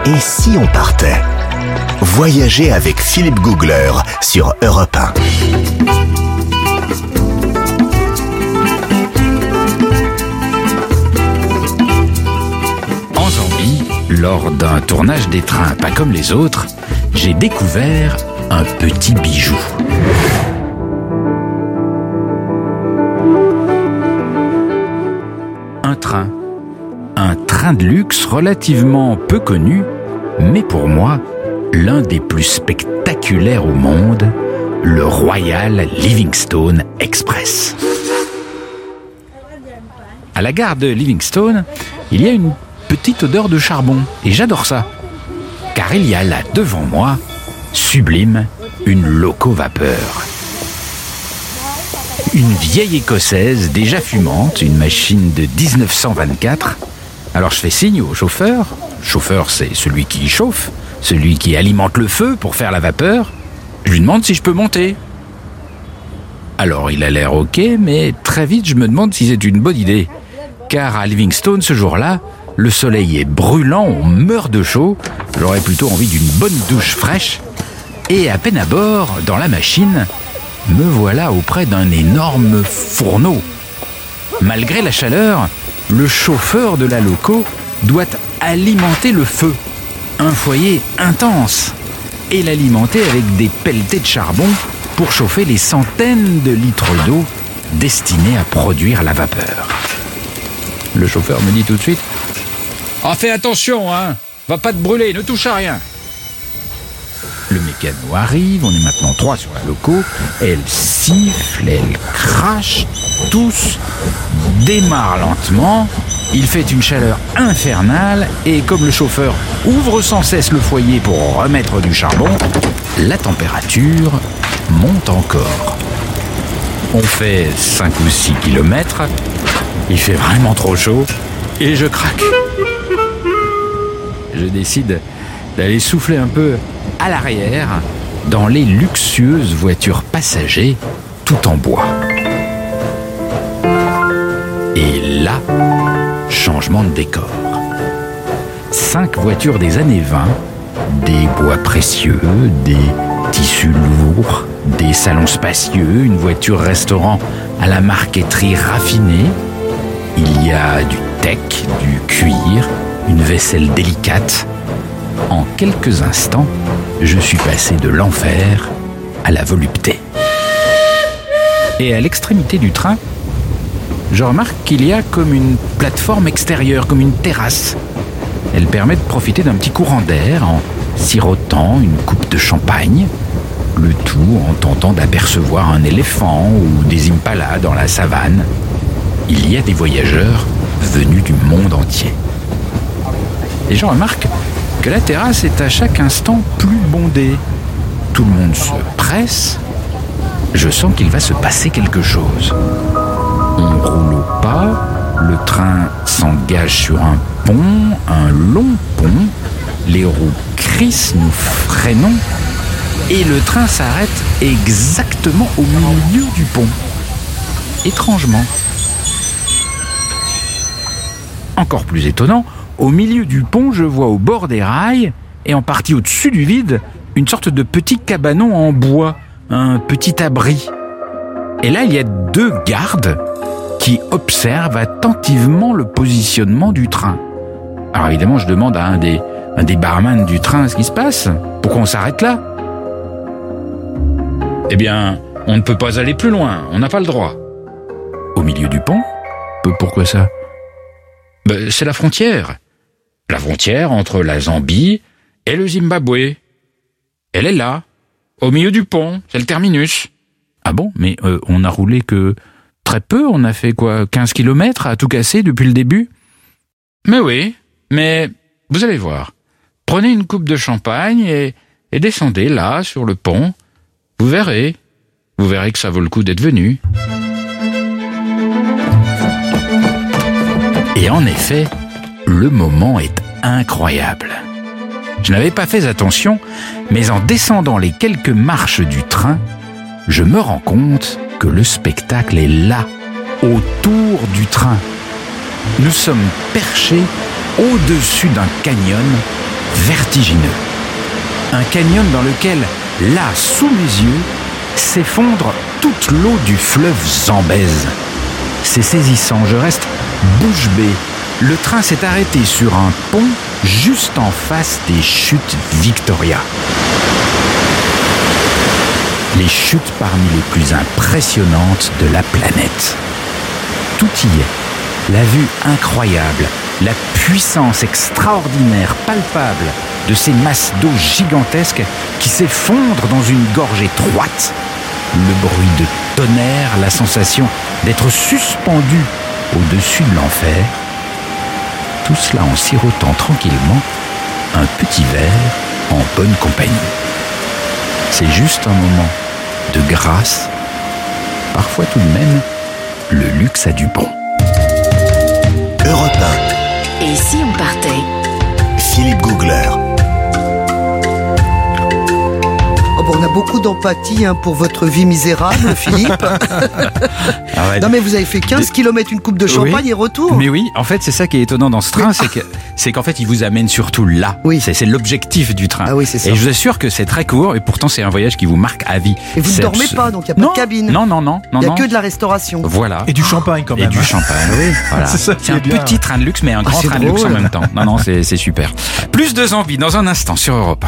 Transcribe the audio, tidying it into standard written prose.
Et si on partait? Voyager avec Philippe Googler sur Europe 1. En Zambie, lors d'un tournage des trains pas comme les autres, j'ai découvert un petit bijou. Un train de luxe relativement peu connu, mais pour moi, l'un des plus spectaculaires au monde, le Royal Livingstone Express. À la gare de Livingstone, il y a une petite odeur de charbon, et j'adore ça, car il y a là devant moi, sublime, une loco-vapeur. Une vieille écossaise déjà fumante, une machine de 1924. Alors je fais signe au chauffeur. Le chauffeur, c'est celui qui chauffe, celui qui alimente le feu pour faire la vapeur. Je lui demande si je peux monter. Alors il a l'air ok, mais très vite je me demande si c'est une bonne idée. Car à Livingstone ce jour-là, le soleil est brûlant, on meurt de chaud. J'aurais plutôt envie d'une bonne douche fraîche. Et à peine à bord, dans la machine, me voilà auprès d'un énorme fourneau. Malgré la chaleur, le chauffeur de la loco doit alimenter le feu. Un foyer intense. Et l'alimenter avec des pelletées de charbon pour chauffer les centaines de litres d'eau destinés à produire la vapeur. Le chauffeur me dit tout de suite « Ah, fais attention, hein, va pas te brûler, ne touche à rien !» Le mécano arrive, on est maintenant 3 sur la loco, elle siffle, elle crache, tousse, démarre lentement, il fait une chaleur infernale et comme le chauffeur ouvre sans cesse le foyer pour remettre du charbon, la température monte encore. On fait 5 ou 6 kilomètres, il fait vraiment trop chaud et je craque. Je décide d'aller souffler un peu à l'arrière dans les luxueuses voitures passagers tout en bois. Et là, changement de décor. 5 voitures des années 20, des bois précieux, des tissus lourds, des salons spacieux, une voiture restaurant à la marqueterie raffinée. Il y a du teck, du cuir, une vaisselle délicate. En quelques instants, je suis passé de l'enfer à la volupté. Et à l'extrémité du train, je remarque qu'il y a comme une plateforme extérieure, comme une terrasse. Elle permet de profiter d'un petit courant d'air en sirotant une coupe de champagne, le tout en tentant d'apercevoir un éléphant ou des impalas dans la savane. Il y a des voyageurs venus du monde entier. Et je remarque que la terrasse est à chaque instant plus bondée. Tout le monde se presse. Je sens qu'il va se passer quelque chose. On roule au pas, le train s'engage sur un pont, un long pont. Les roues crissent, nous freinons. Et le train s'arrête exactement au milieu du pont. Étrangement. Encore plus étonnant, au milieu du pont, je vois au bord des rails, et en partie au-dessus du vide, une sorte de petit cabanon en bois, un petit abri. Et là, il y a 2 gardes qui observent attentivement le positionnement du train. Alors évidemment, je demande à un des barman du train ce qui se passe. Pourquoi on s'arrête là? Eh bien, on ne peut pas aller plus loin, on n'a pas le droit. Au milieu du pont? Pourquoi ça? C'est la frontière. La frontière entre la Zambie et le Zimbabwe. Elle est là, au milieu du pont, c'est le terminus. Ah bon? Mais on a roulé que très peu, on a fait 15 kilomètres à tout casser depuis le début? Mais oui, mais vous allez voir. Prenez une coupe de champagne et descendez là, sur le pont. Vous verrez que ça vaut le coup d'être venu. Et en effet, le moment est incroyable. Je n'avais pas fait attention, mais en descendant les quelques marches du train, je me rends compte que le spectacle est là, autour du train. Nous sommes perchés au-dessus d'un canyon vertigineux. Un canyon dans lequel, là, sous mes yeux, s'effondre toute l'eau du fleuve Zambèze. C'est saisissant, je reste bouche bée. Le train s'est arrêté sur un pont juste en face des chutes Victoria. Les chutes parmi les plus impressionnantes de la planète. Tout y est. La vue incroyable, la puissance extraordinaire, palpable de ces masses d'eau gigantesques qui s'effondrent dans une gorge étroite. Le bruit de tonnerre, la sensation d'être suspendu au-dessus de l'enfer. Tout cela en sirotant tranquillement un petit verre en bonne compagnie. C'est juste un moment de grâce. Parfois tout de même, le luxe a du bon. Europe 1. Et si on partait ? Philippe Googler. On a beaucoup d'empathie pour votre vie misérable, Philippe. Ah ouais. Non mais vous avez fait 15 km, une coupe de champagne Oui. et retour. Mais oui, en fait c'est ça qui est étonnant dans ce train, c'est qu'en fait il vous amène surtout là. Oui. C'est l'objectif du train. Ah oui, c'est ça. Et je vous assure que c'est très court et pourtant c'est un voyage qui vous marque à vie. Et vous ne C'est dormez pas, donc il n'y a pas Non, de cabine. Non. Il n'y a que de la restauration. Voilà. Et du champagne quand Et même. du champagne, oui. Voilà. C'est ça qui C'est un est bien. petit train de luxe mais un grand c'est train de luxe en drôle. même temps. Non, c'est super. Plus de zombies dans un instant sur Europe 1.